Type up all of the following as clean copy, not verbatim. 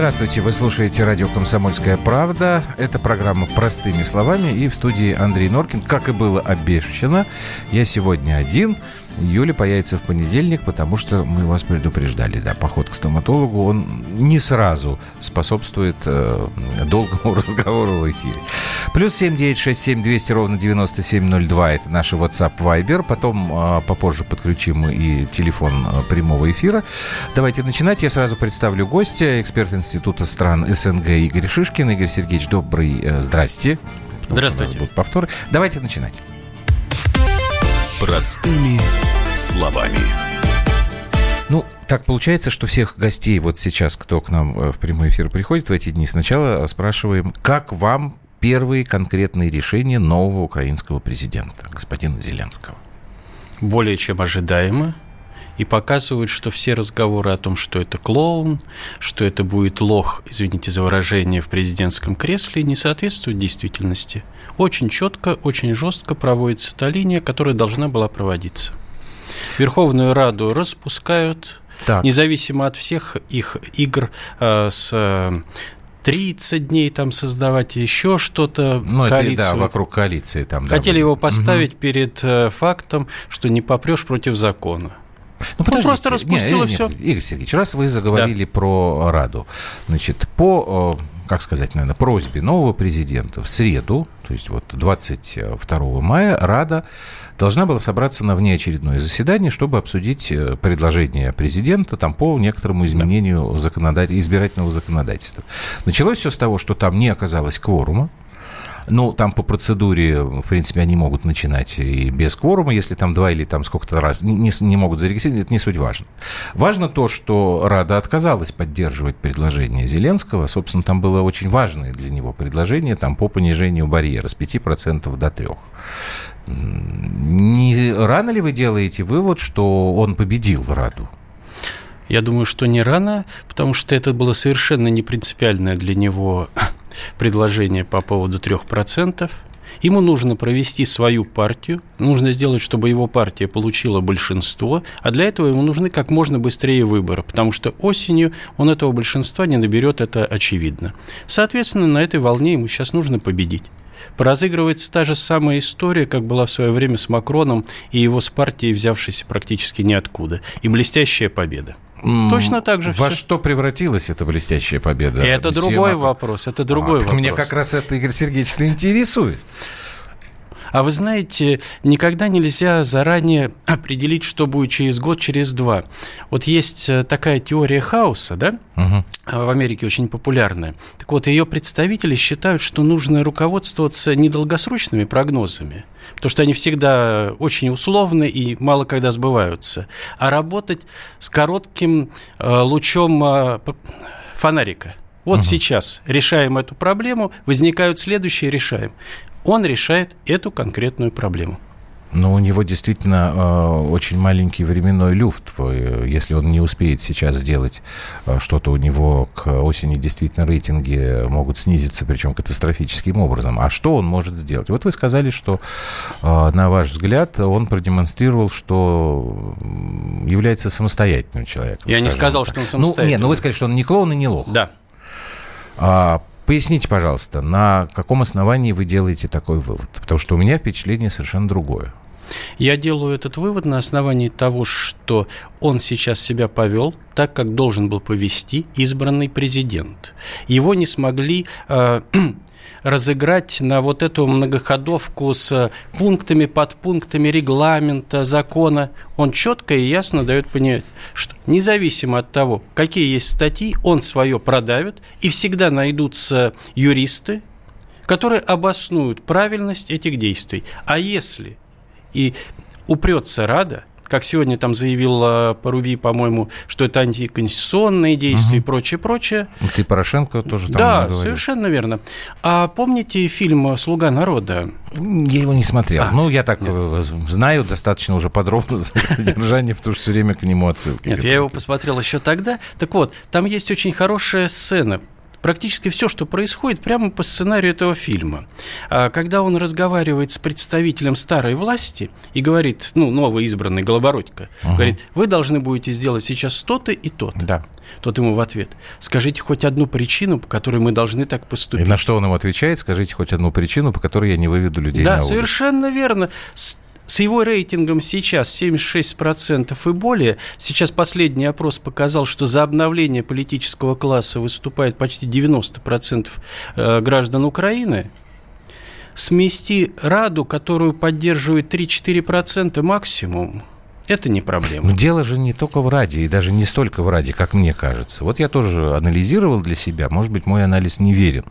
Здравствуйте, вы слушаете радио «Комсомольская правда». Это программа «Простыми словами». И в студии Андрей Норкин. Как и было обещано, я сегодня один. Юля появится в понедельник, потому что мы вас предупреждали. Да, поход к стоматологу, он не сразу способствует долгому разговору в эфире. Плюс 7967 200 ровно 9702. Это наш WhatsApp, Viber. Потом попозже подключим и телефон прямого эфира. Давайте начинать. Я сразу представлю гостя. Эксперт Института стран СНГ Игорь Шишкин. Игорь Сергеевич, добрый здрасте. Здравствуйте. У нас будут повторы. Давайте начинать. Простыми словами. Ну, так получается, что всех гостей вот сейчас, кто к нам в прямой эфир приходит в эти дни, сначала спрашиваем, как вам первые конкретные решения нового украинского президента, господина Зеленского? Более чем ожидаемо. И показывают, что все разговоры о том, что это клоун, что это будет лох, извините за выражение, в президентском кресле, не соответствуют действительности. Очень четко, очень жестко проводится та линия, которая должна была проводиться. Верховную Раду распускают, так, независимо от всех их игр с 30 дней там создавать еще что-то, ну, коалицию. Это, да, вокруг коалиции. Там, хотели да, его поставить перед фактом, что не попрешь против закона. Ну, он просто распустил и все. Игорь Сергеевич, раз вы заговорили про Раду, значит, по, как сказать, наверное, просьбе нового президента в среду, то есть вот 22 мая, Рада должна была собраться на внеочередное заседание, чтобы обсудить предложение президента там, по некоторому изменению избирательного законодательства. Началось все с того, что там не оказалось кворума. Ну, там по процедуре, в принципе, они могут начинать и без кворума, если там два или там сколько-то раз не могут зарегистрировать, это не суть важно. Важно то, что Рада отказалась поддерживать предложение Зеленского. Собственно, там было очень важное для него предложение там, по понижению барьера с 5% до 3%. Не рано ли вы делаете вывод, что он победил Раду? Я думаю, что не рано, потому что это было совершенно не принципиальное для него предложение по поводу 3%. Ему нужно провести свою партию, нужно сделать, чтобы его партия получила большинство, а для этого ему нужны как можно быстрее выборы, потому что осенью он этого большинства не наберет, это очевидно. Соответственно, на этой волне ему сейчас нужно победить. Разыгрывается та же самая история, как была в свое время с Макроном и его с партией, взявшейся практически ниоткуда. И блестящая победа. Точно так же все. Во что превратилась эта блестящая победа? Это другой вопрос. Это другой вопрос. Меня как раз это, Игорь Сергеевич, интересует. А вы знаете, никогда нельзя заранее определить, что будет через год, через два. Вот есть такая теория хаоса, да? В Америке очень популярная. Так вот, ее представители считают, что нужно руководствоваться не долгосрочными прогнозами, потому что они всегда очень условны и мало когда сбываются, а работать с коротким лучом фонарика. Вот сейчас решаем эту проблему, возникают следующие, решаем. Он решает эту конкретную проблему. Но у него действительно очень маленький временной люфт. Если он не успеет сейчас сделать что-то, у него к осени действительно рейтинги могут снизиться, причем катастрофическим образом. А что он может сделать? Вот вы сказали, что, на ваш взгляд, он продемонстрировал, что является самостоятельным человеком. Я не сказал, что он самостоятельный. Нет, вы сказали, что он не клоун и не лох. Да. Поясните, пожалуйста, на каком основании вы делаете такой вывод? Потому что у меня впечатление совершенно другое. Я делаю этот вывод на основании того, что он сейчас себя повел так, как должен был повести избранный президент. Его не смогли разыграть на вот эту многоходовку с пунктами, подпунктами регламента, закона. Он четко и ясно дает понять, что независимо от того, какие есть статьи, он свое продавит, и всегда найдутся юристы, которые обоснуют правильность этих действий. А если и упрется Рада, как сегодня там заявил Парубий, по-моему, что это антиконституционные действия и прочее. И Порошенко тоже там да, говорил. Совершенно верно. А помните фильм «Слуга народа»? Я его не смотрел. Я так знаю достаточно уже подробно содержание, потому что все время к нему отсылки. Нет, я его посмотрел еще тогда. Так вот, там есть очень хорошая сцена. практически все, что происходит, прямо по сценарию этого фильма. Когда он разговаривает с представителем старой власти и говорит, новоизбранный Голобородько, говорит, вы должны будете сделать сейчас то-то и то-то. Да. Тот ему в ответ, скажите хоть одну причину, по которой мы должны так поступить. И на что он ему отвечает, скажите хоть одну причину, по которой я не выведу людей на улицу. Да, совершенно верно. С его рейтингом сейчас 76% и более. Сейчас последний опрос показал, что за обновление политического класса выступает почти 90% граждан Украины. Смести Раду, которую поддерживает 3-4% максимум, это не проблема. Но дело же не только в Раде, и даже не столько в Раде, как мне кажется. Вот я тоже анализировал для себя, может быть, мой анализ неверен.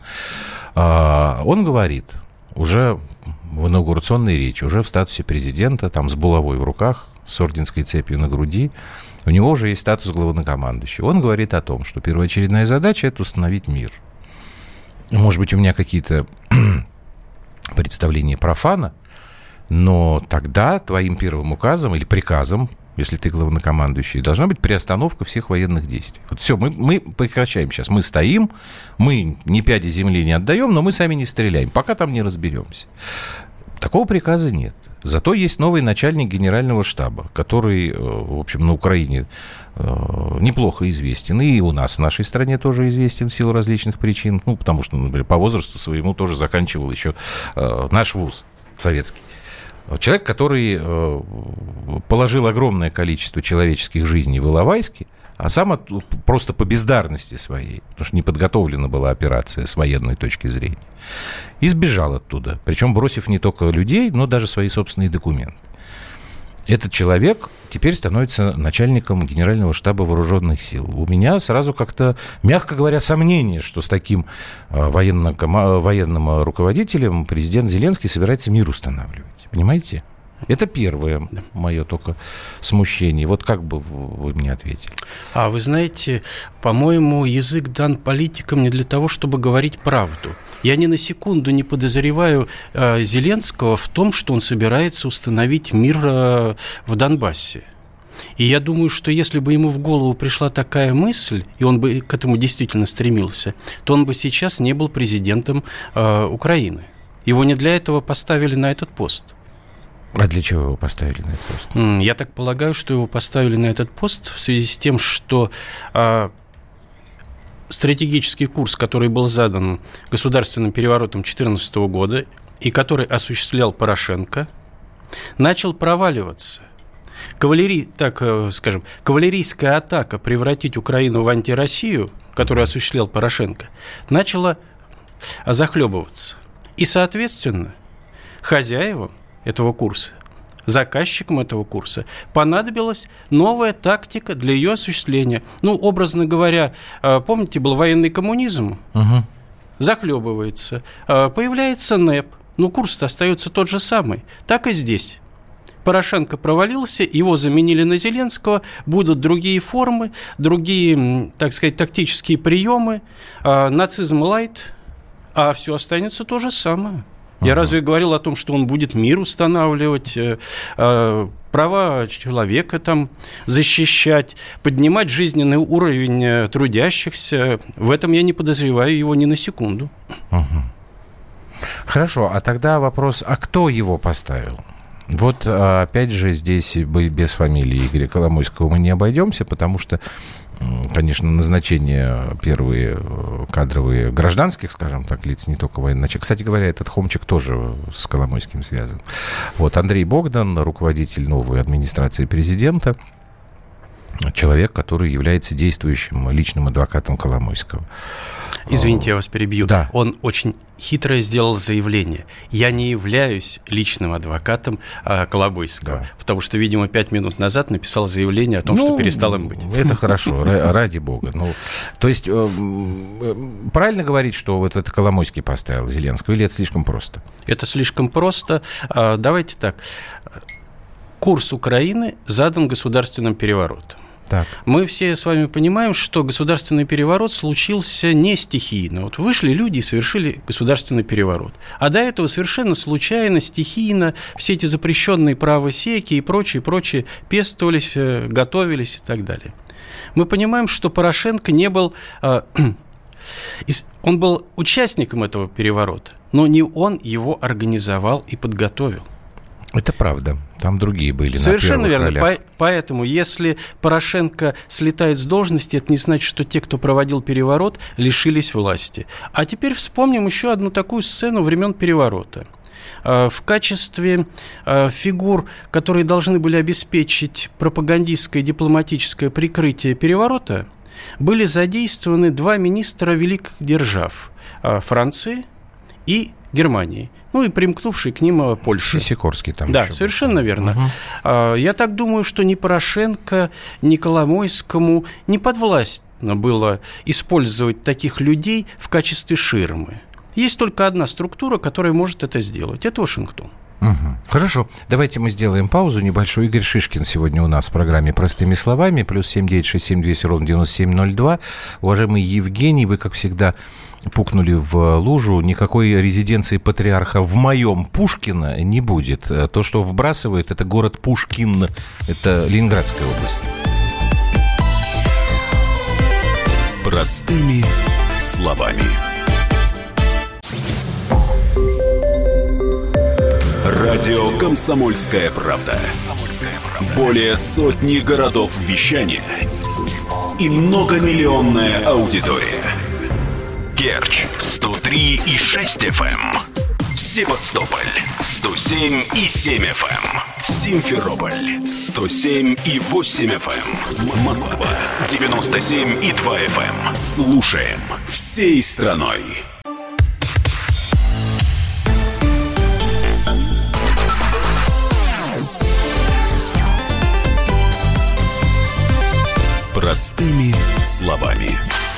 Он говорит уже в инаугурационной речи, уже в статусе президента, там с булавой в руках, с орденской цепью на груди, у него уже есть статус главнокомандующего. Он говорит о том, что первоочередная задача – это установить мир. Может быть, у меня какие-то представления профана, но тогда твоим первым указом или приказом, если ты главнокомандующий, должна быть приостановка всех военных действий. Вот все, мы прекращаем сейчас. Мы стоим, мы ни пяди земли не отдаем, но мы сами не стреляем, пока там не разберемся. Такого приказа нет. Зато есть новый начальник генерального штаба, который, в общем, на Украине неплохо известен. И у нас в нашей стране тоже известен в силу различных причин. Потому что, например, по возрасту своему тоже заканчивал еще наш вуз советский. Человек, который положил огромное количество человеческих жизней в Иловайске, а сам просто по бездарности своей, потому что не подготовлена была операция с военной точки зрения, и сбежал оттуда, причем бросив не только людей, но даже свои собственные документы. Этот человек теперь становится начальником Генерального штаба вооруженных сил. У меня сразу как-то, мягко говоря, сомнение, что с таким военным руководителем президент Зеленский собирается мир устанавливать. Понимаете? Это первое мое только смущение. Вот как бы вы мне ответили? Вы знаете, по-моему, язык дан политикам не для того, чтобы говорить правду. Я ни на секунду не подозреваю Зеленского в том, что он собирается установить мир в Донбассе. И я думаю, что если бы ему в голову пришла такая мысль, и он бы к этому действительно стремился, то он бы сейчас не был президентом Украины. Его не для этого поставили на этот пост. А для чего его поставили на этот пост? Я так полагаю, что его поставили на этот пост в связи с тем, что стратегический курс, который был задан государственным переворотом 2014 года и который осуществлял Порошенко, начал проваливаться. Кавалерийская атака превратить Украину в антироссию, которую осуществлял Порошенко, начала захлебываться. И, соответственно, хозяевам этого курса, заказчикам этого курса понадобилась новая тактика для ее осуществления. Образно говоря, помните, был военный коммунизм, захлебывается, появляется НЭП, курс-то остается тот же самый. Так и здесь. Порошенко провалился, его заменили на Зеленского, будут другие формы, другие, так сказать, тактические приемы, нацизм лайт, а все останется то же самое. Я разве говорил о том, что он будет мир устанавливать, права человека там защищать, поднимать жизненный уровень трудящихся? В этом я не подозреваю его ни на секунду. Хорошо, а тогда вопрос, а кто его поставил? Вот опять же здесь без фамилии Игоря Коломойского мы не обойдемся, потому что, конечно, назначения первые кадровые гражданских, скажем так, лиц, не только военных. Кстати говоря, этот Хомчик тоже с Коломойским связан. Вот Андрей Богдан, руководитель новой администрации президента, человек, который является действующим личным адвокатом Коломойского. Извините, я вас перебью. Да. Он очень хитро сделал заявление. Я не являюсь личным адвокатом Коломойского, да. Потому что, видимо, 5 минут назад написал заявление о том, что перестал им быть. Это хорошо, ради бога. То есть, правильно говорить, что вот это Коломойский поставил Зеленского, или это слишком просто? Это слишком просто. Давайте так. Курс Украины задан государственным переворотом. Так. Мы все с вами понимаем, что государственный переворот случился не стихийно. Вот вышли люди и совершили государственный переворот. А до этого совершенно случайно, стихийно все эти запрещенные правосеки и прочее пестовались, готовились и так далее. Мы понимаем, что Порошенко не был Он был участником этого переворота, но не он его организовал и подготовил. Это правда. Там другие были. Совершенно верно. Поэтому, если Порошенко слетает с должности, это не значит, что те, кто проводил переворот, лишились власти. А теперь вспомним еще одну такую сцену времен переворота. В качестве фигур, которые должны были обеспечить пропагандистское и дипломатическое прикрытие переворота, были задействованы два министра великих держав – Франции и Германии. Ну и примкнувший к ним Польша. Сикорский там. Да, совершенно верно. Я так думаю, что ни Порошенко, ни Коломойскому не подвластно было использовать таких людей в качестве ширмы. Есть только одна структура, которая может это сделать. Это Вашингтон. Хорошо. Давайте мы сделаем паузу небольшую. Игорь Шишкин сегодня у нас в программе «Простыми словами». +7 967 200 ровно 9702. Уважаемый Евгений, вы, как всегда, пукнули в лужу. Никакой резиденции патриарха в моем Пушкино не будет. То, что вбрасывает, это город Пушкин. Это Ленинградская область. Простыми словами. Радио «Комсомольская правда». Более сотни городов вещания и многомиллионная аудитория. Керчь 103,6 FM. Севастополь 107,7 FM. Симферополь 107,8 FM. Москва 97,2 FM. Слушаем всей страной. Простыми словами.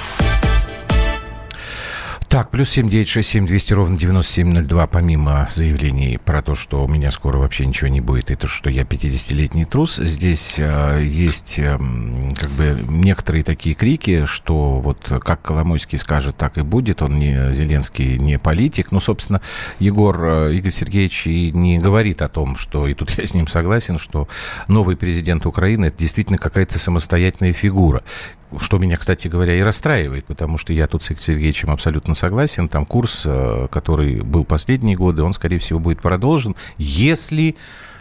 Так, +7 967 200 ровно 9702. Помимо заявлений про то, что у меня скоро вообще ничего не будет, и то, что я 50-летний трус, здесь есть как бы некоторые такие крики, что вот как Коломойский скажет, так и будет. Он не Зеленский, не политик. Ну, собственно, Игорь Сергеевич и не говорит о том, что, и тут я с ним согласен, что новый президент Украины – это действительно какая-то самостоятельная фигура. Что меня, кстати говоря, и расстраивает, потому что я тут с Игорем Сергеевичем абсолютно согласен. Там курс, который был последние годы, он, скорее всего, будет продолжен, если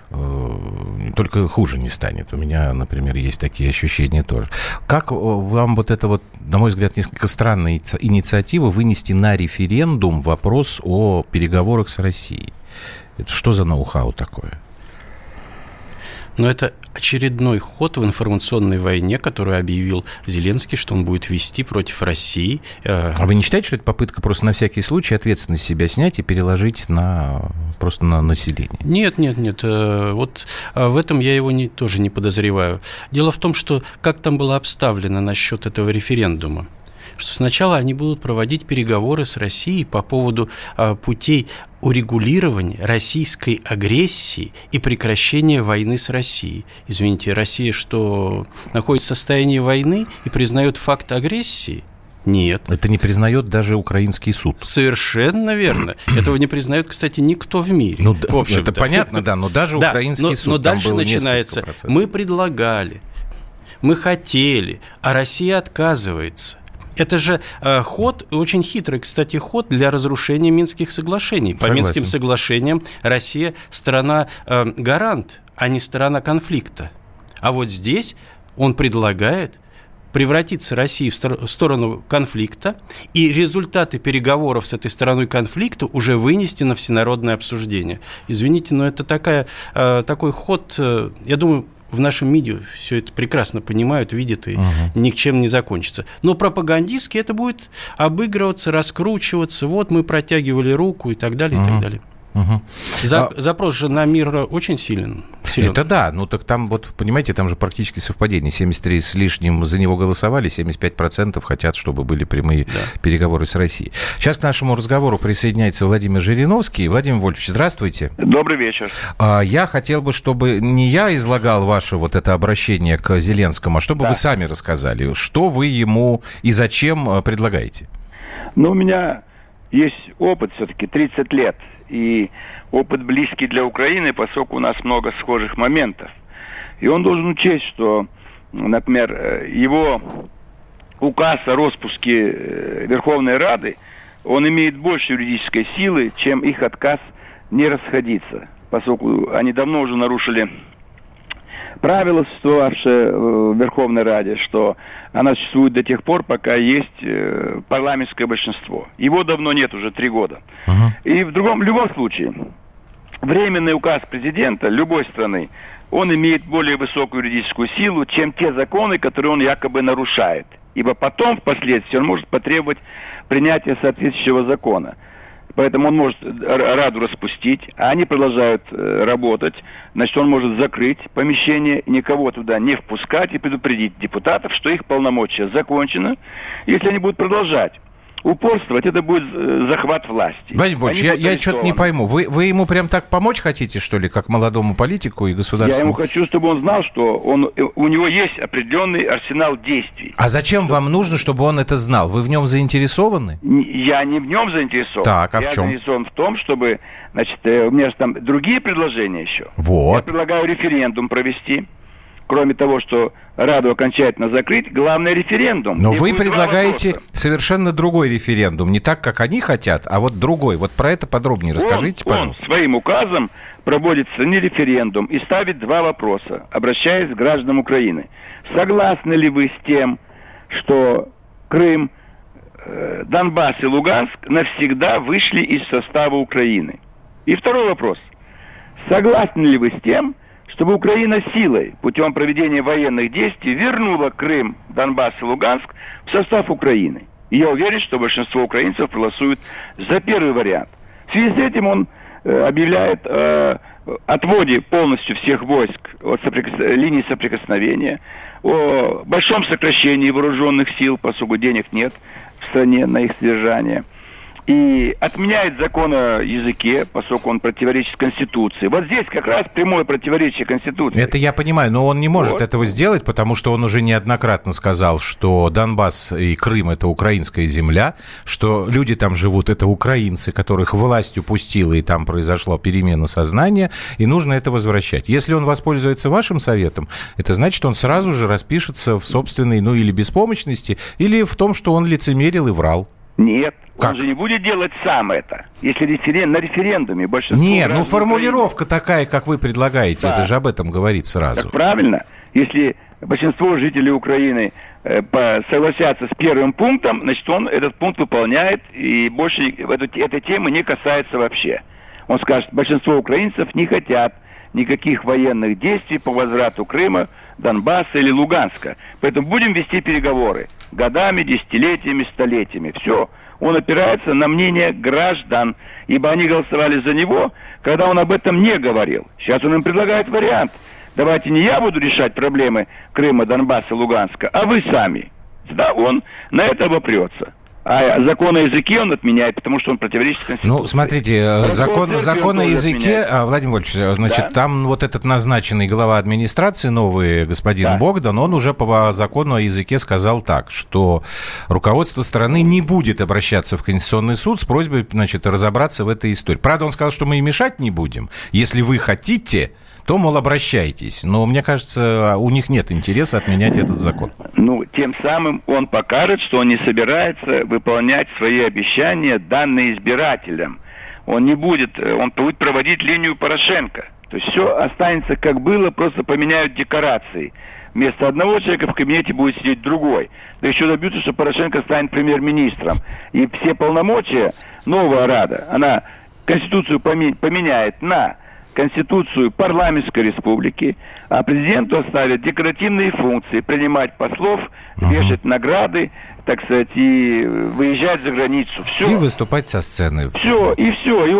только хуже не станет. У меня, например, есть такие ощущения тоже. Как вам вот это вот, на мой взгляд, несколько странная инициатива вынести на референдум вопрос о переговорах с Россией? Это что за ноу-хау такое? Но это очередной ход в информационной войне, которую объявил Зеленский, что он будет вести против России. А вы не считаете, что это попытка просто на всякий случай ответственность с себя снять и переложить просто на население? Нет. Вот в этом я его тоже не подозреваю. Дело в том, что как там было обставлено насчет этого референдума, что сначала они будут проводить переговоры с Россией по поводу путей урегулирования российской агрессии и прекращения войны с Россией. Извините, Россия что, находится в состоянии войны и признает факт агрессии? Нет. Это не признает даже украинский суд. Совершенно верно. Этого не признает, кстати, никто в мире. Ну, это понятно, да, но даже украинский суд. Но дальше начинается. Мы предлагали, мы хотели, а Россия отказывается. Это же ход, очень хитрый, кстати, ход для разрушения Минских соглашений. По Минским соглашениям Россия страна-гарант, а не сторона конфликта. А вот здесь он предлагает превратиться России в сторону конфликта и результаты переговоров с этой стороной конфликта уже вынести на всенародное обсуждение. Извините, но это такой ход, я думаю, в нашем МИДе все это прекрасно понимают, видят и ни к чем не закончится. Но пропагандистски это будет обыгрываться, раскручиваться. Вот мы протягивали руку и так далее, и так далее. Запрос же на мир очень силен. Это да, ну так там вот, понимаете, там же практически совпадение. 73 с лишним за него голосовали, 75% хотят, чтобы были прямые переговоры с Россией. Сейчас к нашему разговору присоединяется Владимир Жириновский. Владимир Вольфович, здравствуйте. Добрый вечер. Я хотел бы, чтобы не я излагал ваше вот это обращение к Зеленскому, а чтобы вы сами рассказали, что вы ему и зачем предлагаете. Ну, у меня есть опыт все-таки, 30 лет. И опыт близкий для Украины, поскольку у нас много схожих моментов. И он должен учесть, что, например, его указ о распуске Верховной Рады, он имеет больше юридической силы, чем их отказ не расходиться, поскольку они давно уже нарушили правило, существовавшее в Верховной Раде, что она существует до тех пор, пока есть парламентское большинство. Его давно нет, уже 3 года. И в любом случае, временный указ президента любой страны, он имеет более высокую юридическую силу, чем те законы, которые он якобы нарушает. Ибо потом, впоследствии, он может потребовать принятия соответствующего закона. Поэтому он может Раду распустить, а они продолжают работать. Значит, он может закрыть помещение, никого туда не впускать и предупредить депутатов, что их полномочия закончены. Если они будут продолжать упорствовать, это будет захват власти. Владимир Вольфович, я что-то не пойму. Вы ему прям так помочь хотите, что ли, как молодому политику и государству? Я ему хочу, чтобы он знал, что у него есть определенный арсенал действий. А зачем вам нужно, чтобы он это знал? Вы в нем заинтересованы? Я не в нем заинтересован. Так, а в чем? Я заинтересован в том, чтобы, значит, у меня же там другие предложения еще. Вот. Я предлагаю референдум провести. Кроме того, что Раду окончательно закрыть, главное референдум. Но вы предлагаете совершенно другой референдум. Не так, как они хотят, а вот другой. Вот про это подробнее расскажите, пожалуйста. Он своим указом проводится не референдум и ставит 2 вопроса, обращаясь к гражданам Украины. Согласны ли вы с тем, что Крым, Донбасс и Луганск навсегда вышли из состава Украины? И второй вопрос. Согласны ли вы с тем, чтобы Украина силой, путем проведения военных действий, вернула Крым, Донбасс и Луганск в состав Украины? И я уверен, что большинство украинцев проголосуют за первый вариант. В связи с этим он объявляет о отводе полностью всех войск от линии соприкосновения, о большом сокращении вооруженных сил, поскольку денег нет в стране на их содержание. И отменяет закон о языке, поскольку он противоречит Конституции. Вот здесь как раз прямое противоречие Конституции. Это я понимаю, но он не может этого сделать, потому что он уже неоднократно сказал, что Донбасс и Крым – это украинская земля, что люди там живут – это украинцы, которых власть упустила, и там произошла перемена сознания, и нужно это возвращать. Если он воспользуется вашим советом, это значит, он сразу же распишется в собственной, или беспомощности, или в том, что он лицемерил и врал. Нет, как? Он же не будет делать сам это. Если на референдуме большинство... Нет, формулировка такая, как вы предлагаете, да. Это же об этом говорит сразу. Так правильно. Если большинство жителей Украины согласятся с первым пунктом, значит, он этот пункт выполняет, и больше этой темы не касается вообще. Он скажет, большинство украинцев не хотят никаких военных действий по возврату Крыма, Донбасса или Луганска. Поэтому будем вести переговоры годами, десятилетиями, столетиями. Все. Он опирается на мнение граждан, ибо они голосовали за него, когда он об этом не говорил. Сейчас он им предлагает вариант. Давайте не я буду решать проблемы Крыма, Донбасса, Луганска, а вы сами. Да, он на это обопрется. А закон о языке он отменяет, потому что он противоречит Конституции. Ну, смотрите, закон о языке, Владимир Вольфович, значит, да. Там вот этот назначенный глава администрации новый, господин да. Богдан, он уже по закону о языке сказал так, что руководство страны не будет обращаться в Конституционный суд с просьбой, значит, разобраться в этой истории. Правда, он сказал, что мы и мешать не будем. Если вы хотите, то, мол, обращайтесь. Но, мне кажется, у них нет интереса отменять этот закон. Ну, тем самым он покажет, что он не собирается выполнять свои обещания, данные избирателям. Он будет проводить линию Порошенко. То есть все останется как было, просто поменяют декорации. Вместо одного человека в кабинете будет сидеть другой. Да еще добьются, что Порошенко станет премьер-министром. И все полномочия новая Рада, она Конституцию поменяет на Конституцию парламентской республики, а президенту оставят декоративные функции: принимать послов, вешать награды, так сказать, и выезжать за границу. Все. И выступать со сцены. Все. И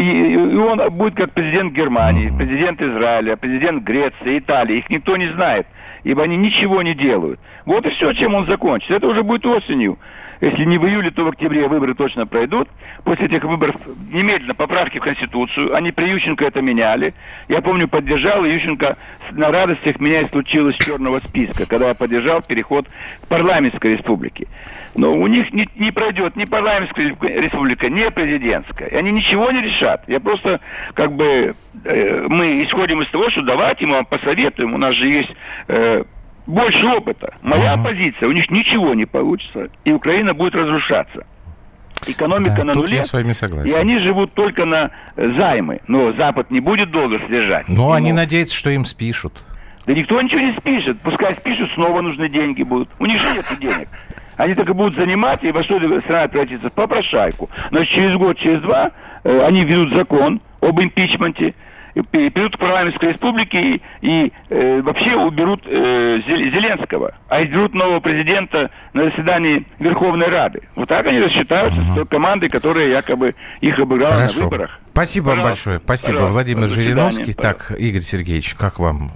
он будет как президент Германии, президент Израиля, президент Греции, Италии. Их никто не знает, ибо они ничего не делают. Вот и все, чем он закончится. Это уже будет осенью. Если не в июле, то в октябре выборы точно пройдут. После этих выборов немедленно поправки в Конституцию. Они при Ющенко это меняли. Я помню, поддержал, и Ющенко на радостях меня исключил из черного списка, когда я поддержал переход к парламентской республике. Но у них не пройдет ни парламентская республика, ни президентская. И они ничего не решат. Я просто, мы исходим из того, что давайте мы вам посоветуем. У нас же есть больше опыта. Моя позиция, у них ничего не получится, и Украина будет разрушаться. Экономика на нуле, я с вами согласен. И они живут только на займы. Но Запад не будет долго содержать. Но они надеются, что им спишут. Да никто ничего не спишет. Пускай спишут, снова нужны деньги будут. У них же нет денег. Они только будут заниматься, и во что страна превратится? В попрошайку. Но через год, через два они введут закон об импичменте, перейдут к парламентской республике и вообще уберут Зеленского, а изберут нового президента на заседании Верховной Рады. Вот так они рассчитаются с той командой, которая якобы их обыграла на выборах. Спасибо вам большое. Спасибо, Владимир Жириновский. Так, Игорь Сергеевич, как вам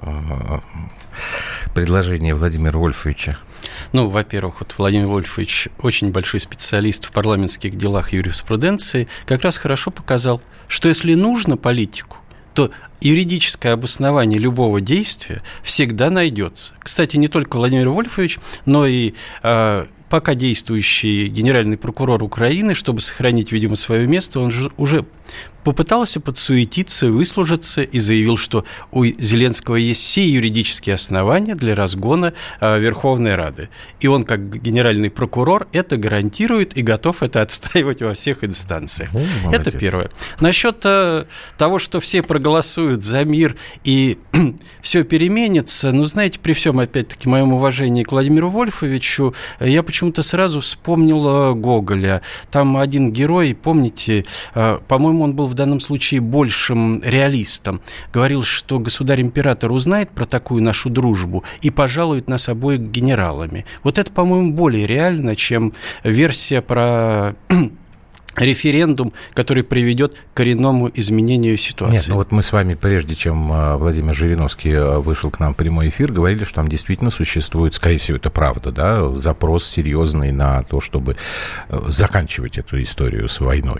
предложение Владимира Вольфовича? Ну, во-первых, вот Владимир Вольфович очень большой специалист в парламентских делах и юриспруденции, как раз хорошо показал, что если нужно политику, то юридическое обоснование любого действия всегда найдется. Кстати, не только Владимир Вольфович, но и пока действующий генеральный прокурор Украины, чтобы сохранить, видимо, свое место, он же уже попытался подсуетиться, выслужиться и заявил, что у Зеленского есть все юридические основания для разгона Верховной Рады. И он, как генеральный прокурор, это гарантирует и готов это отстаивать во всех инстанциях. Это первое. Насчет того, что все проголосуют за мир и все переменится, ну, знаете, при всем, опять-таки, моем уважении к Владимиру Вольфовичу, я почему-то сразу вспомнил Гоголя. Там один герой, помните, по-моему, он был в данном случае большим реалистом. Говорил, что государь-император узнает про такую нашу дружбу и пожалует нас обоих генералами. Вот это, по-моему, более реально, чем версия про референдум, который приведет к коренному изменению ситуации. Нет, ну вот мы с вами, прежде чем Владимир Жириновский вышел к нам в прямой эфир, говорили, что там действительно существует, скорее всего, это правда, да, запрос серьезный на то, чтобы заканчивать эту историю с войной.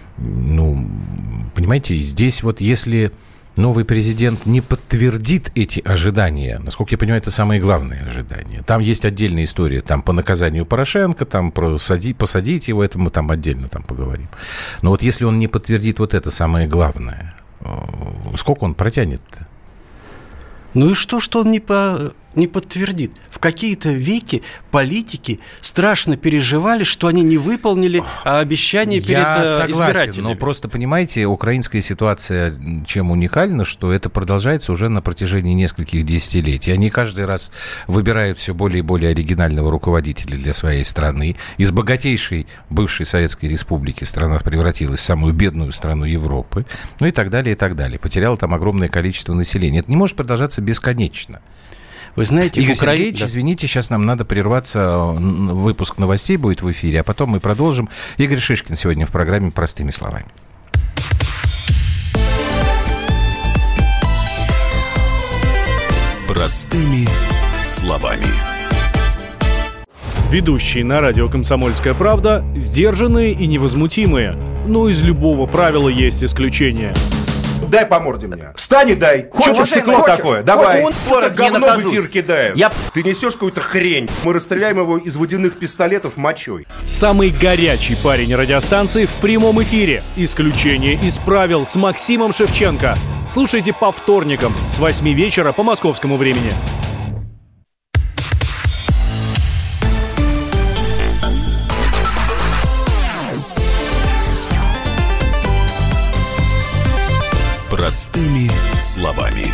Ну, понимаете, здесь вот если новый президент не подтвердит эти ожидания, насколько я понимаю, это самые главные ожидания. Там есть отдельная история, там по наказанию Порошенко, там посадить его, это мы там отдельно там поговорим. Но вот если он не подтвердит вот это самое главное, сколько он протянет-то? Ну и что он не подтвердит? В какие-то веки политики страшно переживали, что они не выполнили обещания перед избирателями. Но просто, понимаете, украинская ситуация чем уникальна, что это продолжается уже на протяжении нескольких десятилетий. Они каждый раз выбирают все более и более оригинального руководителя для своей страны. Из богатейшей бывшей Советской Республики страна превратилась в самую бедную страну Европы. Ну и так далее, и так далее. Потеряла там огромное количество населения. Это не может продолжаться бесконечно. Вы знаете, Игорь Сергеевич, извините, сейчас нам надо прерваться, выпуск новостей будет в эфире, а потом мы продолжим. Игорь Шишкин сегодня в программе «Простыми словами». Простыми словами. Ведущие на радио «Комсомольская правда» сдержанные и невозмутимые. Но из любого правила есть исключение. Дай по морде мне. Встань и дай. Хочешь стекло такое? Давай. Что-то говно в эфир кидаешь. Ты несешь какую-то хрень. Мы расстреляем его из водяных пистолетов мочой. Самый горячий парень радиостанции в прямом эфире. Исключение из правил с Максимом Шевченко. Слушайте по вторникам с 8 вечера по московскому времени. Простыми словами.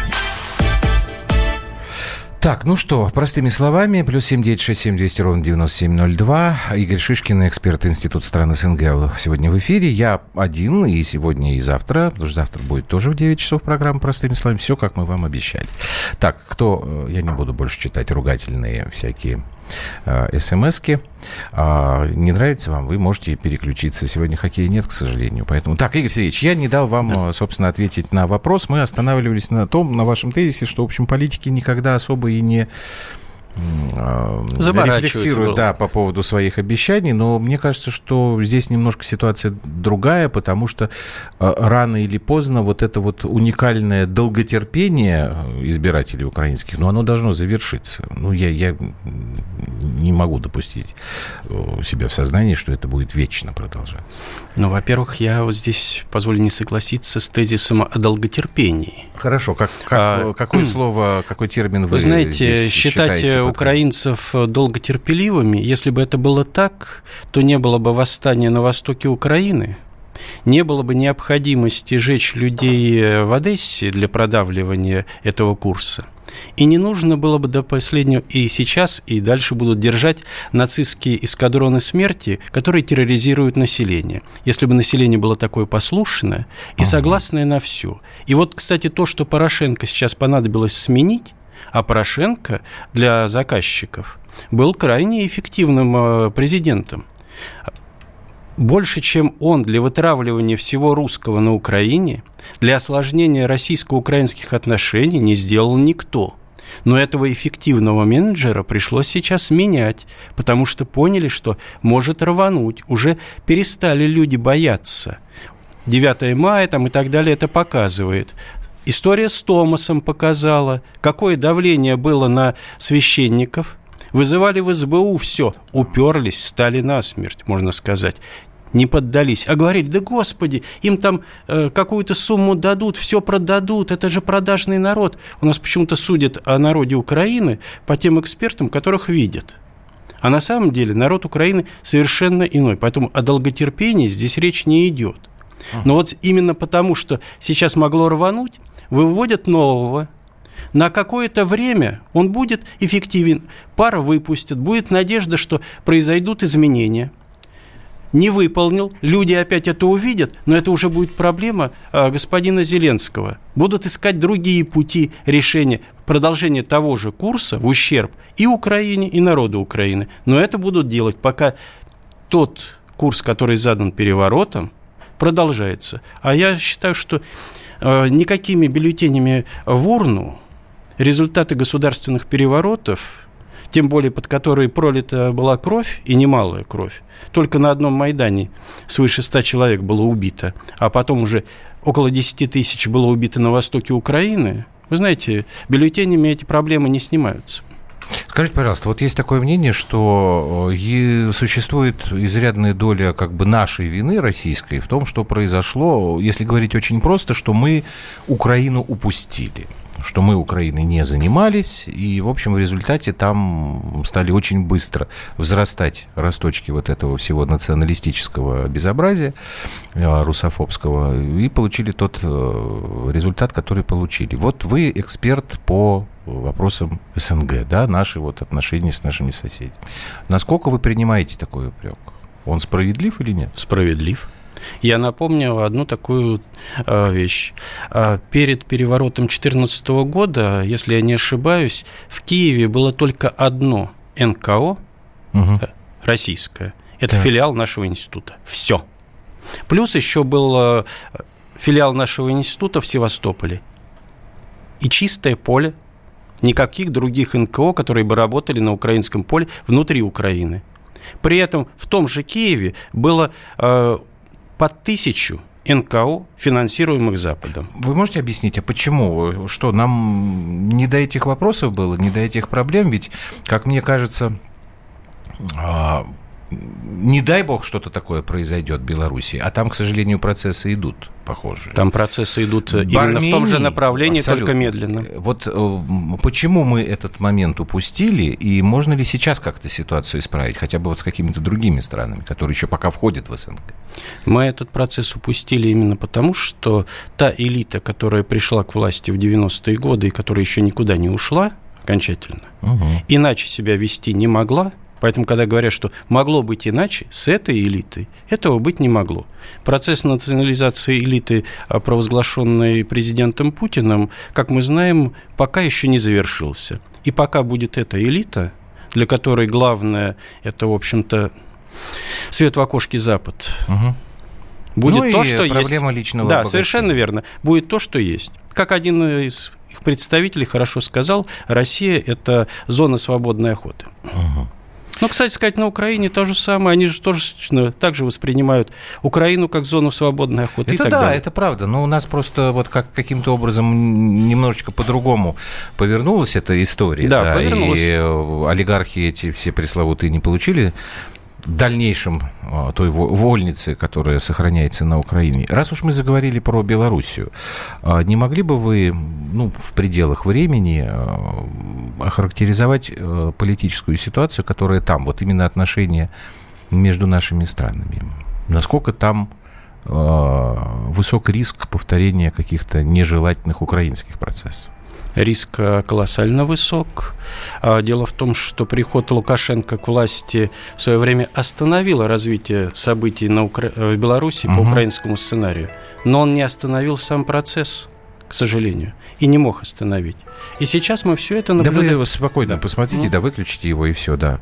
Так, ну что, простыми словами, плюс 7967 200 ровно 9702. Игорь Шишкин, эксперт Института стран СНГ, сегодня в эфире. Я один и сегодня, и завтра, потому что завтра будет тоже в 9 часов программа «Простыми словами». Все, как мы вам обещали. Так, я не буду больше читать ругательные всякие смс-ки. Не нравится вам, вы можете переключиться. Сегодня хоккея нет, к сожалению. Поэтому... Так, Игорь Сергеевич, я не дал вам, собственно, ответить на вопрос. Мы останавливались на вашем тезисе, что, в общем, политики никогда особо и не рефлексируют, по поводу своих обещаний, но мне кажется, что здесь немножко ситуация другая, потому что рано или поздно вот это вот уникальное долготерпение избирателей украинских, оно должно завершиться. Я не могу допустить у себя в сознании, что это будет вечно продолжаться. Во-первых, я вот здесь позволю не согласиться с тезисом о долготерпении. Хорошо. Какое слово, какой термин вы знаете, считать украинцев долготерпеливыми, если бы это было так, то не было бы восстания на востоке Украины, не было бы необходимости жечь людей в Одессе для продавливания этого курса. И не нужно было бы до последнего, и сейчас, и дальше будут держать нацистские эскадроны смерти, которые терроризируют население. Если бы население было такое послушное и согласное на все. И вот, кстати, то, что Порошенко сейчас понадобилось сменить, а Порошенко для заказчиков был крайне эффективным президентом. Больше, чем он для вытравливания всего русского на Украине, для осложнения российско-украинских отношений не сделал никто. Но этого эффективного менеджера пришлось сейчас менять, потому что поняли, что может рвануть. Уже перестали люди бояться. 9 мая там, и так далее это показывает. История с Томасом показала, какое давление было на священников. Вызывали в СБУ, все, уперлись, встали насмерть, можно сказать. Не поддались, а говорили, да господи, им там какую-то сумму дадут, все продадут, это же продажный народ. У нас почему-то судят о народе Украины по тем экспертам, которых видят. А на самом деле народ Украины совершенно иной, поэтому о долготерпении здесь речь не идет. Но вот именно потому, что сейчас могло рвануть, выводят нового. На какое-то время он будет эффективен. Пара выпустят, будет надежда, что произойдут изменения. Не выполнил, люди опять это увидят, но это уже будет проблема господина Зеленского. Будут искать другие пути решения, продолжения того же курса в ущерб и Украине, и народу Украины. Но это будут делать, пока тот курс, который задан переворотом, продолжается. А я считаю, что никакими бюллетенями в урну результаты государственных переворотов, тем более под которые пролита была кровь, и немалая кровь, только на одном Майдане свыше 100 человек было убито, а потом уже около 10 тысяч было убито на востоке Украины, вы знаете, бюллетенями эти проблемы не снимаются. Скажите, пожалуйста, вот есть такое мнение, что существует изрядная доля как бы нашей вины российской в том, что произошло, если говорить очень просто, что мы Украину упустили, что мы Украиной не занимались, и, в общем, в результате там стали очень быстро взрастать росточки вот этого всего националистического безобразия, русофобского, и получили тот результат, который получили. Вот вы эксперт по вопросам СНГ, да, наши вот отношения с нашими соседями. Насколько вы принимаете такой упрек? Он справедлив или нет? Справедлив. Я напомню одну такую вещь. Перед переворотом 2014 года, если я не ошибаюсь, в Киеве было только одно НКО российское. Это филиал нашего института. Все. Плюс еще был филиал нашего института в Севастополе. И чистое поле. Никаких других НКО, которые бы работали на украинском поле внутри Украины. При этом в том же Киеве было под 1000 НКО, финансируемых Западом. Вы можете объяснить, а почему? Что, нам не до этих вопросов было, не до этих проблем? Ведь, как мне кажется, не дай бог что-то такое произойдет в Беларуси, а там, к сожалению, процессы идут похожие. Там процессы идут именно в том же направлении, абсолютно. Только медленно. Вот почему мы этот момент упустили, и можно ли сейчас как-то ситуацию исправить, хотя бы вот с какими-то другими странами, которые еще пока входят в СНГ? Мы этот процесс упустили именно потому, что та элита, которая пришла к власти в 90-е годы и которая еще никуда не ушла окончательно, иначе себя вести не могла. Поэтому, когда говорят, что могло быть иначе, с этой элитой этого быть не могло. Процесс национализации элиты, провозглашенный президентом Путиным, как мы знаем, пока еще не завершился. И пока будет эта элита, для которой главное – это, в общем-то, свет в окошке Запад, будет то, что есть. Проблема личного обогащения. Да, совершенно верно. Будет то, что есть. Как один из их представителей хорошо сказал, Россия – это зона свободной охоты. Ну, кстати сказать, на Украине то же самое. Они же тоже так же воспринимают Украину как зону свободной охоты. Это и так да, далее. Это правда. Но у нас просто вот каким-то образом немножечко по-другому повернулась эта история. Да, повернулась. И олигархи эти все пресловутые не получили дальнейшем той вольницы, которая сохраняется на Украине. Раз уж мы заговорили про Белоруссию, не могли бы вы, в пределах времени охарактеризовать политическую ситуацию, которая там, вот именно отношения между нашими странами? Насколько там высок риск повторения каких-то нежелательных украинских процессов? Риск колоссально высок. Дело в том, что приход Лукашенко к власти в свое время остановил развитие событий в Беларуси по украинскому сценарию. Но он не остановил сам процесс, к сожалению, и не мог остановить. И сейчас мы все это наблюдаем. Да вы спокойно посмотрите, выключите его, и все, да.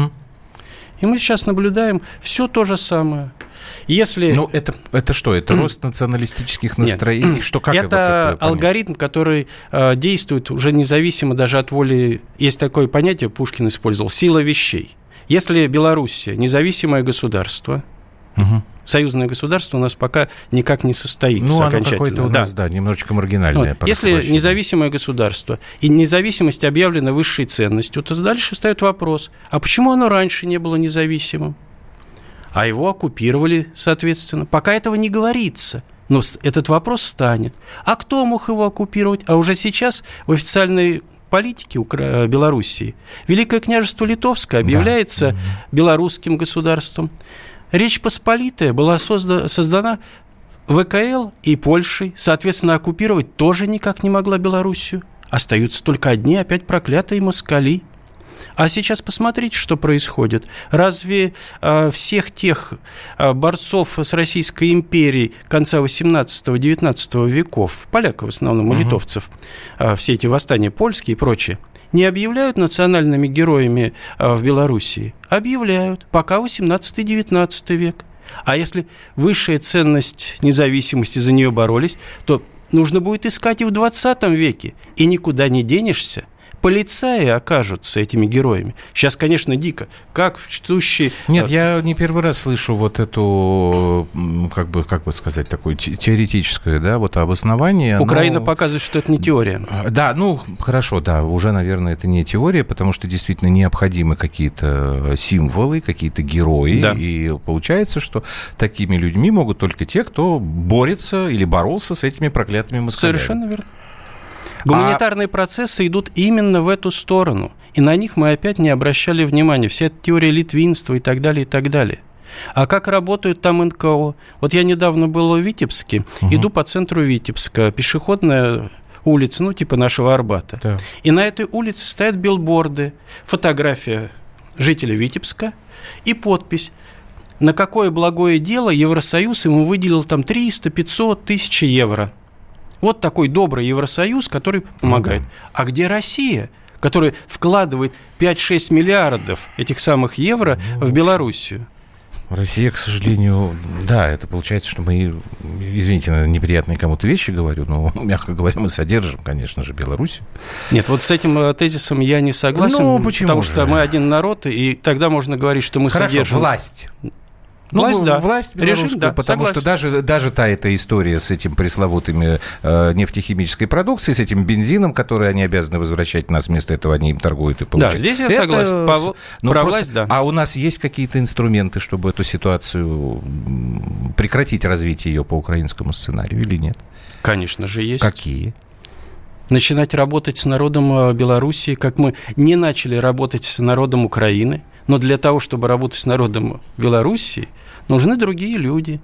И мы сейчас наблюдаем все то же самое. Если... это что? Это рост националистических настроений? Нет. Что, как это алгоритм, который действует уже независимо даже от воли. Есть такое понятие, Пушкин использовал, сила вещей. Если Белоруссия независимое государство, союзное государство у нас пока никак не состоится окончательно. Оно какое-то у нас, немножечко маргинальное. Если независимое государство и независимость объявлена высшей ценностью, то дальше встает вопрос, а почему оно раньше не было независимым? А его оккупировали, соответственно. Пока этого не говорится. Но этот вопрос станет. А кто мог его оккупировать? А уже сейчас в официальной политике Белоруссии Великое княжество Литовское объявляется белорусским государством. Речь Посполитая была создана ВКЛ и Польшей. Соответственно, оккупировать тоже никак не могла Белоруссию. Остаются только одни опять проклятые москали. А сейчас посмотрите, что происходит. Разве всех тех борцов с Российской империей конца 18-19 веков, поляков в основном, и литовцев, все эти восстания польские и прочее, не объявляют национальными героями в Белоруссии? Объявляют, пока 18-19 век. А если высшая ценность независимости, за нее боролись, то нужно будет искать и в 20 веке. И никуда не денешься. Полицаи окажутся этими героями. Сейчас, конечно, дико. Как в чтущей... Нет, я не первый раз слышу вот эту, как бы сказать, такое теоретическое, обоснование. Украина показывает, что это не теория. Да, хорошо, уже, наверное, это не теория, потому что действительно необходимы какие-то символы, какие-то герои. Да. И получается, что такими людьми могут только те, кто борется или боролся с этими проклятыми москалями. Совершенно верно. Гуманитарные процессы идут именно в эту сторону. И на них мы опять не обращали внимания. Вся эта теория литвинства и так далее, и так далее. А как работают там НКО? Вот я недавно был в Витебске, иду по центру Витебска, пешеходная улица, типа нашего Арбата. Да. И на этой улице стоят билборды, фотография жителя Витебска и подпись. На какое благое дело Евросоюз ему выделил там 300-500 тысяч евро. Вот такой добрый Евросоюз, который помогает. А где Россия, которая вкладывает 5-6 миллиардов этих самых евро в Белоруссию? Россия, к сожалению, это получается, что мы, извините, наверное, неприятные кому-то вещи говорю, но, мягко говоря, мы содержим, конечно же, Белоруссию. Нет, вот с этим тезисом я не согласен, потому что мы один народ, и тогда можно говорить, что мы содержим... власть. Власть, да. Власть белорусскую, режим, да, потому согласен. Что даже та эта история с этим пресловутыми нефтехимической продукцией, с этим бензином, который они обязаны возвращать нас, вместо этого они им торгуют и получают. Да, здесь я согласен. Про власть, да. А у нас есть какие-то инструменты, чтобы эту ситуацию прекратить развитие ее по украинскому сценарию или нет? Конечно же, есть. Какие? Начинать работать с народом Белоруссии, как мы не начали работать с народом Украины. Но для того, чтобы работать с народом Белоруссии, нужны другие люди.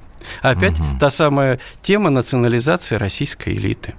Опять та самая тема национализации российской элиты.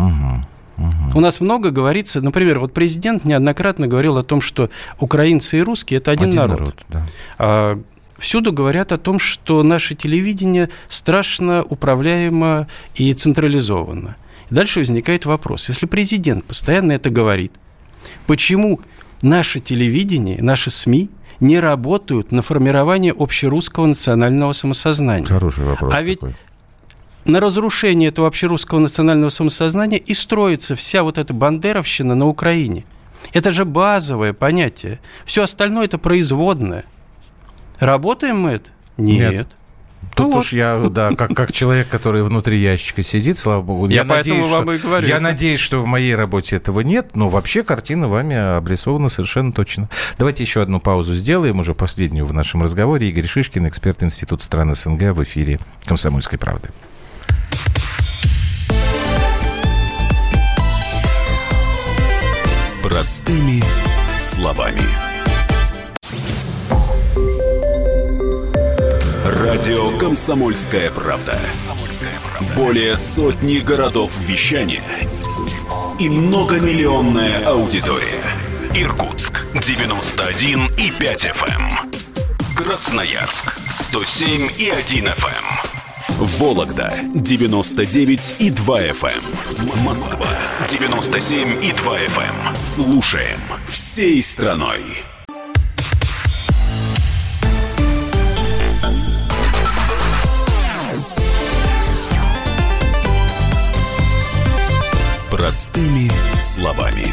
У нас много говорится, например, вот президент неоднократно говорил о том, что украинцы и русские – это один народ. Да. Всюду говорят о том, что наше телевидение страшно управляемо и централизовано. И дальше возникает вопрос. Если президент постоянно это говорит, почему наше телевидение, наши СМИ не работают на формирование общерусского национального самосознания? Хороший вопрос. А ведь на разрушение этого общерусского национального самосознания и строится вся вот эта бандеровщина на Украине. Это же базовое понятие. Все остальное – это производное. Работаем мы это? Нет. Тут уж я, как человек, который внутри ящика сидит, слава богу, я поэтому вам и говорю. Я надеюсь, что в моей работе этого нет, но вообще картина вами обрисована совершенно точно. Давайте еще одну паузу сделаем, уже последнюю в нашем разговоре. Игорь Шишкин, эксперт Института стран СНГ, в эфире «Комсомольской правды». Простыми словами. Радио «Комсомольская правда». Более сотни городов вещания и многомиллионная аудитория. Иркутск 91,5 FM. Красноярск 107,1 FM. Вологда 99,2 FM. Москва 97,2 FM. Слушаем всей страной. Простыми словами.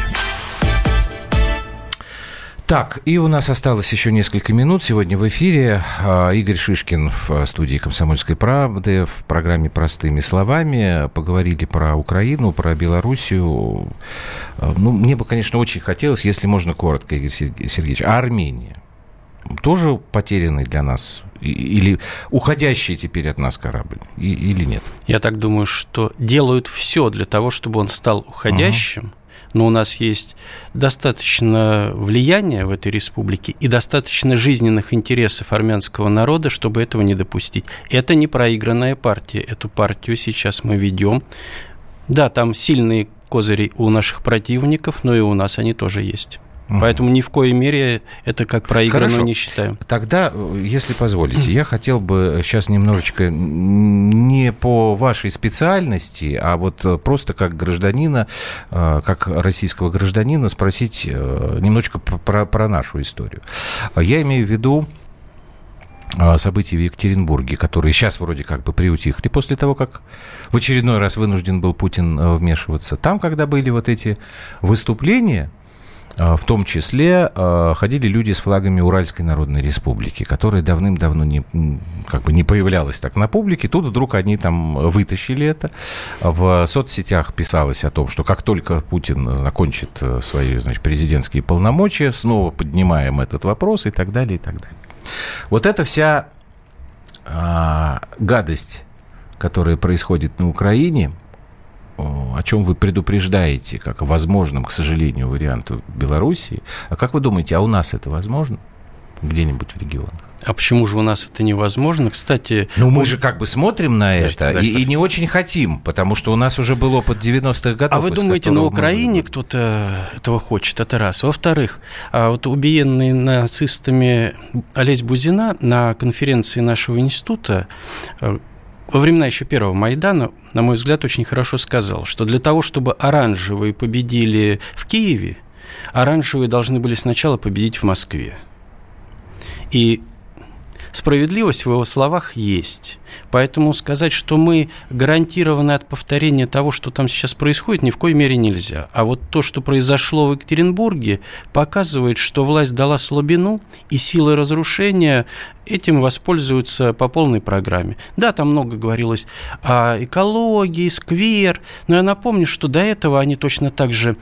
Так, и у нас осталось еще несколько минут сегодня в эфире. Игорь Шишкин в студии «Комсомольской правды» в программе «Простыми словами». Поговорили про Украину, про Белоруссию. Ну, мне бы, конечно, очень хотелось, если можно коротко, Игорь Сергеевич, а Армения? Тоже потерянный для нас или уходящий теперь от нас корабль, или нет? Я так думаю, что делают все для того, чтобы он стал уходящим, но у нас есть достаточно влияния в этой республике и достаточно жизненных интересов армянского народа, чтобы этого не допустить. Это не проигранная партия, эту партию сейчас мы ведем. Да, там сильные козыри у наших противников, но и у нас они тоже есть. Поэтому ни в коей мере это как проигранную не считаем. Тогда, если позволите, я хотел бы сейчас немножечко не по вашей специальности, а вот просто как гражданина, как российского гражданина спросить немножечко про нашу историю. Я имею в виду события в Екатеринбурге, которые сейчас вроде как бы приутихли после того, как в очередной раз вынужден был Путин вмешиваться. Там, когда были вот эти выступления, в том числе ходили люди с флагами Уральской Народной Республики, которая давным-давно не появлялась так на публике. Тут вдруг они там вытащили это. В соцсетях писалось о том, что как только Путин закончит свои, президентские полномочия, снова поднимаем этот вопрос и так далее, и так далее. Вот эта вся гадость, которая происходит на Украине, о чем вы предупреждаете, как о возможном, к сожалению, варианту Белоруссии. А как вы думаете, а у нас это возможно где-нибудь в регионах? А почему же у нас это невозможно? Кстати... мы же как бы смотрим на это и не очень хотим, потому что у нас уже был опыт 90-х годов. А вы думаете, на Украине кто-то этого хочет? Это раз. Во-вторых, вот убиенный нацистами Олесь Бузина на конференции нашего института во времена еще первого Майдана, на мой взгляд, очень хорошо сказал, что для того, чтобы оранжевые победили в Киеве, оранжевые должны были сначала победить в Москве. И справедливость в его словах есть. Поэтому сказать, что мы гарантированы от повторения того, что там сейчас происходит, ни в коей мере нельзя. А вот то, что произошло в Екатеринбурге, показывает, что власть дала слабину, и силы разрушения этим воспользуются по полной программе. Да, там много говорилось о экологии, сквер, но я напомню, что до этого они точно так же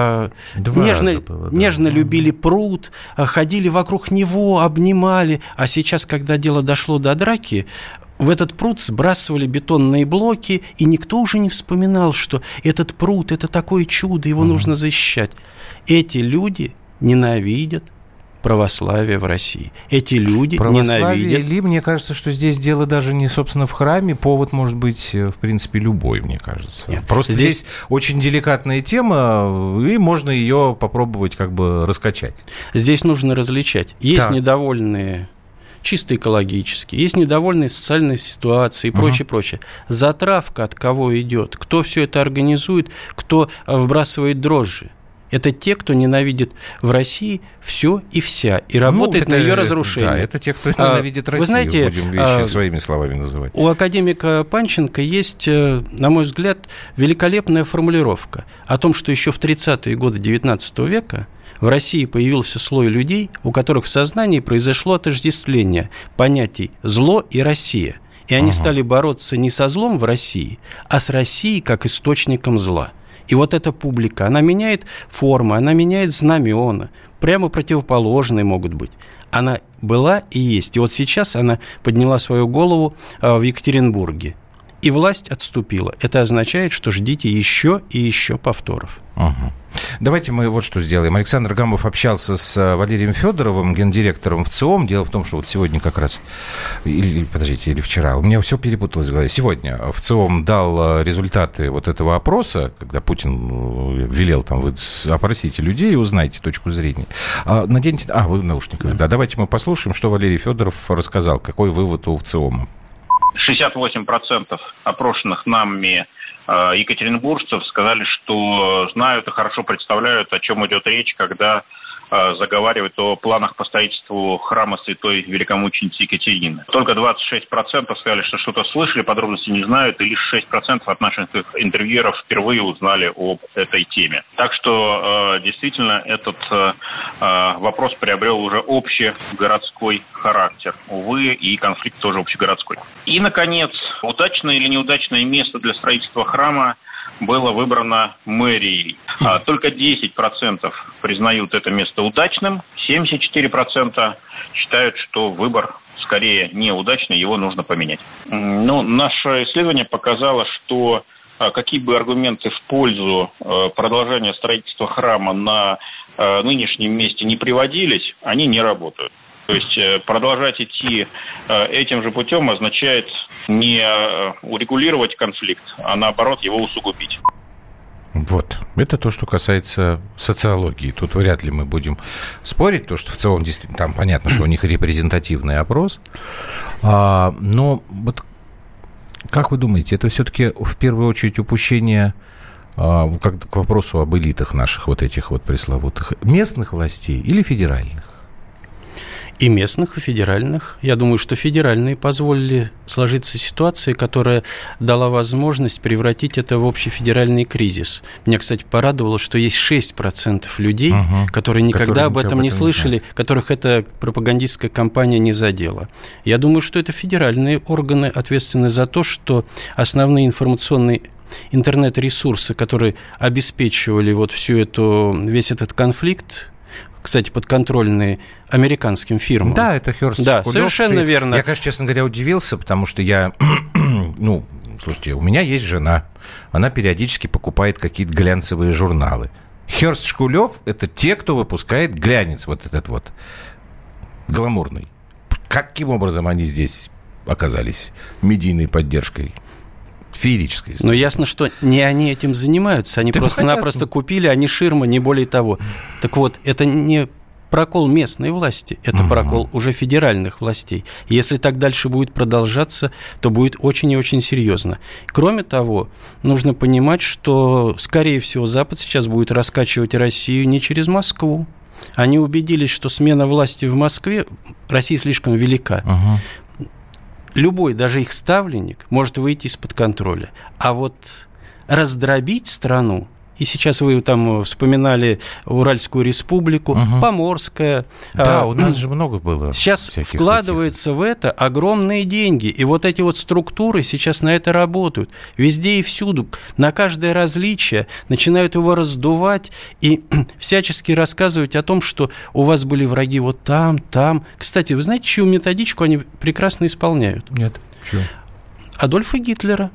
нежно любили пруд, ходили вокруг него, обнимали, а сейчас, когда дело дошло до драки, в этот пруд сбрасывали бетонные блоки, и никто уже не вспоминал, что этот пруд – это такое чудо, его нужно защищать. Эти люди ненавидят православие в России. Эти люди ненавидят... Или, мне кажется, что здесь дело даже не, собственно, в храме. Повод может быть, в принципе, любой, мне кажется. Нет, просто здесь очень деликатная тема, и можно ее попробовать как бы раскачать. Здесь нужно различать. Есть недовольные... чисто экологически, есть недовольные социальной ситуацией и прочее, прочее. Затравка от кого идет, кто все это организует, кто вбрасывает дрожжи. Это те, кто ненавидит в России все и вся, и работает на ее разрушение. Да, это те, кто ненавидит Россию, вы знаете, будем вещи своими словами называть. У академика Панченко есть, на мой взгляд, великолепная формулировка о том, что еще в 30-е годы XIX века в России появился слой людей, у которых в сознании произошло отождествление понятий «зло» и «Россия». И они стали бороться не со злом в России, а с Россией как источником зла. И вот эта публика, она меняет формы, она меняет знамена, прямо противоположные могут быть. Она была и есть. И вот сейчас она подняла свою голову в Екатеринбурге. И власть отступила. Это означает, что ждите еще и еще повторов. Давайте мы вот что сделаем. Александр Гамов общался с Валерием Федоровым, гендиректором ВЦИОМ. Дело в том, что вот сегодня как раз, или вчера, у меня все перепуталось в голове. Сегодня ВЦИОМ дал результаты вот этого опроса, когда Путин велел там, вы опросите людей и узнайте точку зрения. Наденьте... вы в наушниках, да. Давайте мы послушаем, что Валерий Федоров рассказал, какой вывод у ВЦИОМа. 68% опрошенных нами екатеринбуржцев сказали, что знают и хорошо представляют, о чем идет речь, когда заговаривают о планах по строительству храма святой великомученицы Екатерины. Только 26% сказали, что что-то слышали, подробности не знают, и лишь 6% от наших интервьюеров впервые узнали об этой теме. Так что действительно этот вопрос приобрел уже общегородской характер. Увы, и конфликт тоже общегородской. И, наконец, удачное или неудачное место для строительства храма было выбрано мэрией. Только 10% признают это место удачным, 74% считают, что выбор скорее неудачный, его нужно поменять. Наше исследование показало, что какие бы аргументы в пользу продолжения строительства храма на нынешнем месте не приводились, они не работают. То есть продолжать идти этим же путем означает не урегулировать конфликт, а наоборот его усугубить. Вот. Это то, что касается социологии. Тут вряд ли мы будем спорить, потому что в целом действительно там понятно, что у них репрезентативный опрос. Но вот как вы думаете, это все-таки в первую очередь упущение, к вопросу об элитах наших вот этих вот пресловутых, местных властей или федеральных? И местных, и федеральных. Я думаю, что федеральные позволили сложиться ситуации, которая дала возможность превратить это в общефедеральный кризис. Меня, кстати, порадовало, что есть 6% людей, которые никогда об этом не слышали, которых эта пропагандистская кампания не задела. Я думаю, что это федеральные органы ответственны за то, что основные информационные интернет-ресурсы, которые обеспечивали вот весь этот конфликт, кстати, подконтрольные американским фирмам. Да, это Хёрст Да, Шкулёв. совершенно верно. Я, конечно, честно говоря, удивился, потому что слушайте, у меня есть жена, она периодически покупает какие-то глянцевые журналы. Хёрст Шкулёв – это те, кто выпускает глянец вот этот вот гламурный. Каким образом они здесь оказались медийной поддержкой? Феерическая история. Но ясно, что не они этим занимаются. Они просто-напросто купили, они ширма, не более того. Так вот, это не прокол местной власти, это прокол уже федеральных властей. Если так дальше будет продолжаться, то будет очень и очень серьезно. Кроме того, нужно понимать, что, скорее всего, Запад сейчас будет раскачивать Россию не через Москву. Они убедились, что смена власти в Москве, Россия слишком велика. Любой, даже их ставленник, может выйти из-под контроля. А вот раздробить страну, и сейчас вы там вспоминали Уральскую республику, Поморская. Да, у нас же много было. Сейчас вкладывается в это огромные деньги. И вот эти вот структуры сейчас на это работают. Везде и всюду. На каждое различие начинают его раздувать и всячески рассказывать о том, что у вас были враги вот там, там. Кстати, вы знаете, чью методичку они прекрасно исполняют? Нет. Чью? Адольфа Гитлера.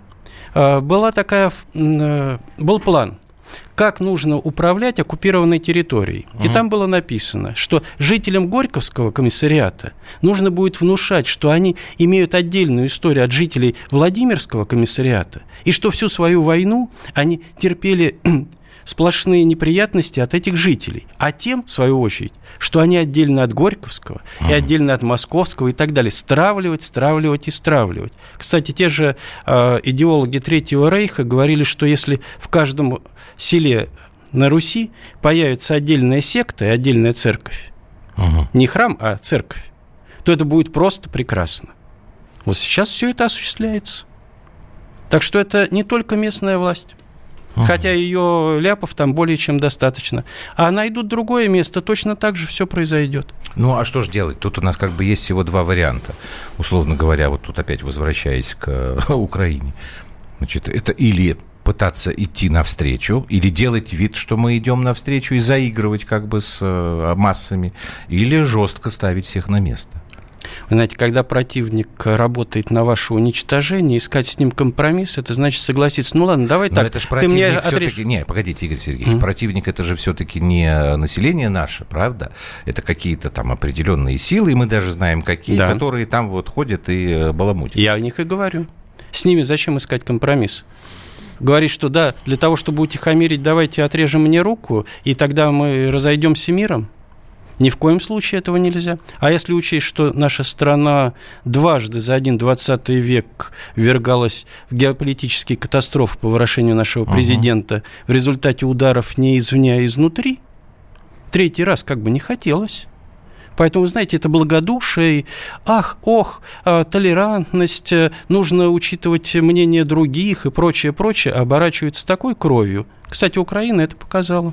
Был план, как нужно управлять оккупированной территорией. И там было написано, что жителям Горьковского комиссариата нужно будет внушать, что они имеют отдельную историю от жителей Владимирского комиссариата, и что всю свою войну они терпели сплошные неприятности от этих жителей. А тем, в свою очередь, что они отдельно от Горьковского и отдельно от Московского и так далее. Стравливать. Кстати, те же идеологи Третьего Рейха говорили, что если в каждом селе на Руси появится отдельная секта и отдельная церковь, не храм, а церковь, то это будет просто прекрасно. Вот сейчас все это осуществляется. Так что это не только местная власть. Хотя ее ляпов там более чем достаточно. А найдут другое место, точно так же все произойдет. Ну, а что же делать? Тут у нас как бы есть всего два варианта. Условно говоря, вот тут опять возвращаясь к Украине. Значит, это или пытаться идти навстречу, или делать вид, что мы идем навстречу и заигрывать как бы с массами, или жестко ставить всех на место. Вы знаете, когда противник работает на ваше уничтожение, искать с ним компромисс, это значит согласиться. Ну ладно, давай. Но так. Это же противник все-таки... Не, погодите, Игорь Сергеевич, противник это же все-таки не население наше, правда? Это какие-то там определенные силы, и мы даже знаем какие, да, которые там вот ходят и баламутят. Я о них и говорю. С ними зачем искать компромисс? Говорит, что да, для того, чтобы утихомирить, давайте отрежем мне руку, и тогда мы разойдемся миром. Ни в коем случае этого нельзя. А если учесть, что наша страна дважды за один 20 век ввергалась в геополитические катастрофы по выражению нашего президента в результате ударов не извне, а изнутри, третий раз как бы не хотелось. Поэтому, знаете, это благодушие, толерантность, нужно учитывать мнение других и прочее, оборачивается такой кровью. Кстати, Украина это показала.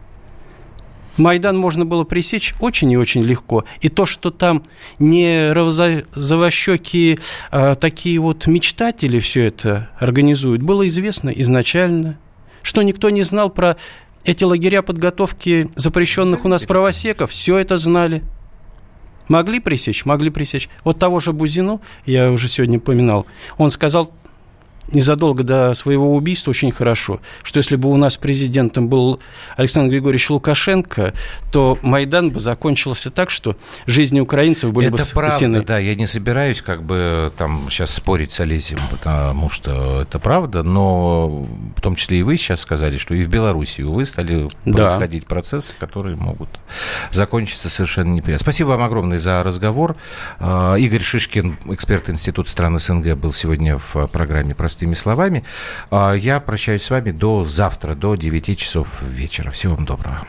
Майдан можно было пресечь очень и очень легко. И то, что там не розовощекие такие вот мечтатели все это организуют, было известно изначально. Что никто не знал про эти лагеря подготовки запрещенных у нас правосеков, все это знали. Могли пресечь? Могли пресечь. Вот того же Бузину, я уже сегодня упоминал, он сказал незадолго до своего убийства очень хорошо, что если бы у нас президентом был Александр Григорьевич Лукашенко, то Майдан бы закончился так, что жизни украинцев были бы спасены. Это правда, да, я не собираюсь как бы там сейчас спорить с Олесем, потому что это правда, но в том числе и вы сейчас сказали, что и в Беларуси, увы, стали происходить процессы, которые могут закончиться совершенно неприятно. Спасибо вам огромное за разговор. Игорь Шишкин, эксперт Института стран СНГ, был сегодня в программе «Простыми словами». Я прощаюсь с вами до завтра, до 9 часов вечера. Всего вам доброго.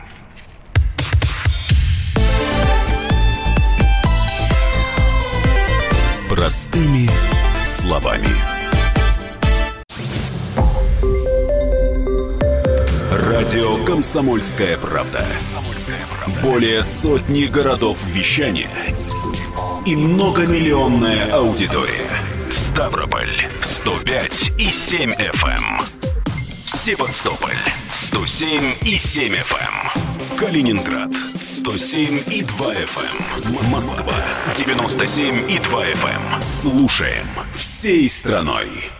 Простыми словами. Радио «Комсомольская правда». Более сотни городов вещания и многомиллионная аудитория. Ставрополь 105 и 7 FM. Севастополь 107 и 7 FM. Калининград 107 и 2 FM. Москва 97 и 2 FM. Слушаем всей страной.